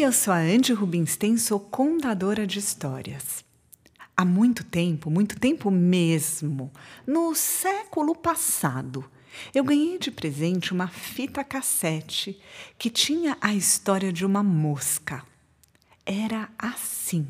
eu sou a Andy Rubinstein, sou contadora de histórias. Há muito tempo mesmo, no século passado, eu ganhei de presente uma fita cassete que tinha a história de uma mosca. Era assim.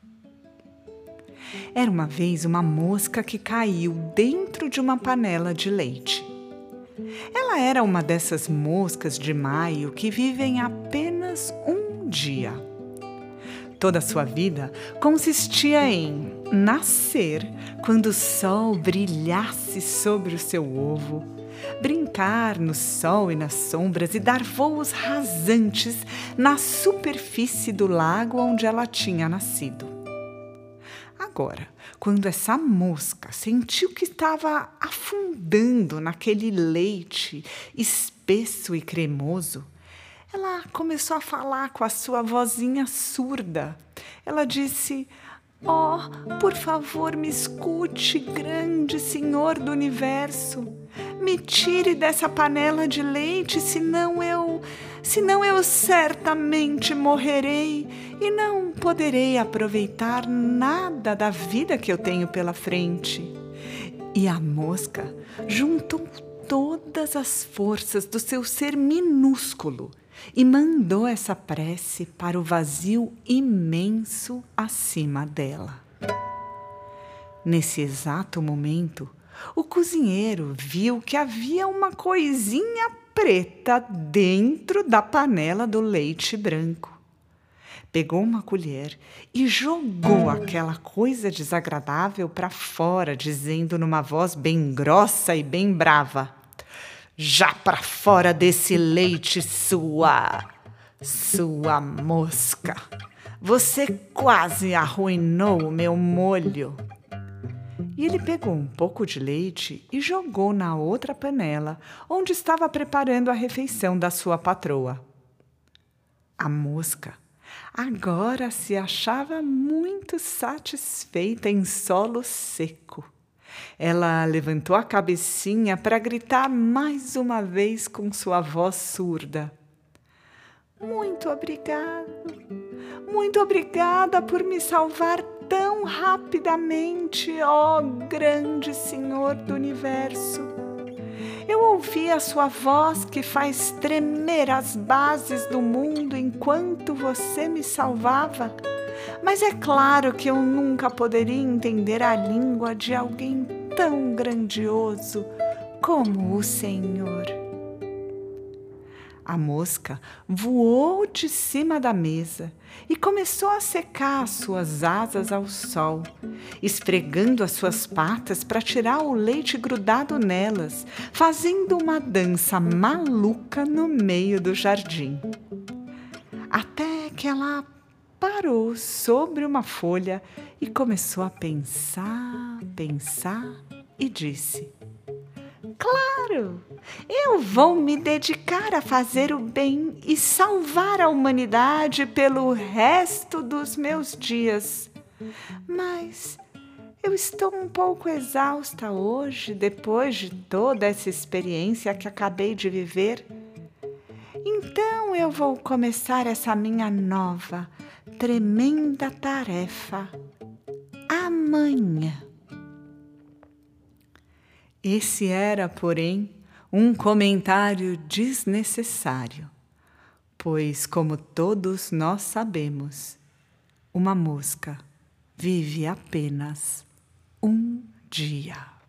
Era uma vez uma mosca que caiu dentro de uma panela de leite. Ela era uma dessas moscas de maio que vivem apenas um dia. Toda a sua vida consistia em nascer quando o sol brilhasse sobre o seu ovo, brincar no sol e nas sombras e dar voos rasantes na superfície do lago onde ela tinha nascido. Agora, quando essa mosca sentiu que estava afundando naquele leite espesso e cremoso, ela começou a falar com a sua vozinha surda. Ela disse: "Oh, por favor, me escute, grande Senhor do Universo. Me tire dessa panela de leite, senão eu certamente morrerei e não poderei aproveitar nada da vida que eu tenho pela frente." E a mosca juntou todas as forças do seu ser minúsculo e mandou essa prece para o vazio imenso acima dela. Nesse exato momento, o cozinheiro viu que havia uma coisinha preta dentro da panela do leite branco. Pegou uma colher e jogou aquela coisa desagradável para fora, dizendo numa voz bem grossa e bem brava: "Já para fora desse leite, sua mosca! Você quase arruinou o meu molho." E ele pegou um pouco de leite e jogou na outra panela, onde estava preparando a refeição da sua patroa. A mosca agora se achava muito satisfeita em solo seco. Ela levantou a cabecinha para gritar mais uma vez com sua voz surda: Muito obrigada por me salvar tão rapidamente, ó grande Senhor do Universo. Eu ouvi a sua voz que faz tremer as bases do mundo enquanto você me salvava, mas é claro que eu nunca poderia entender a língua de alguém tão grandioso como o Senhor." A mosca voou de cima da mesa e começou a secar as suas asas ao sol, esfregando as suas patas para tirar o leite grudado nelas, fazendo uma dança maluca no meio do jardim. Até que ela parou sobre uma folha e começou a pensar e disse: "Claro, eu vou me dedicar a fazer o bem e salvar a humanidade pelo resto dos meus dias. Mas eu estou um pouco exausta hoje, depois de toda essa experiência que acabei de viver. Então eu vou começar essa minha nova, tremenda tarefa amanhã." Esse era, porém, um comentário desnecessário, pois, como todos nós sabemos, uma mosca vive apenas um dia.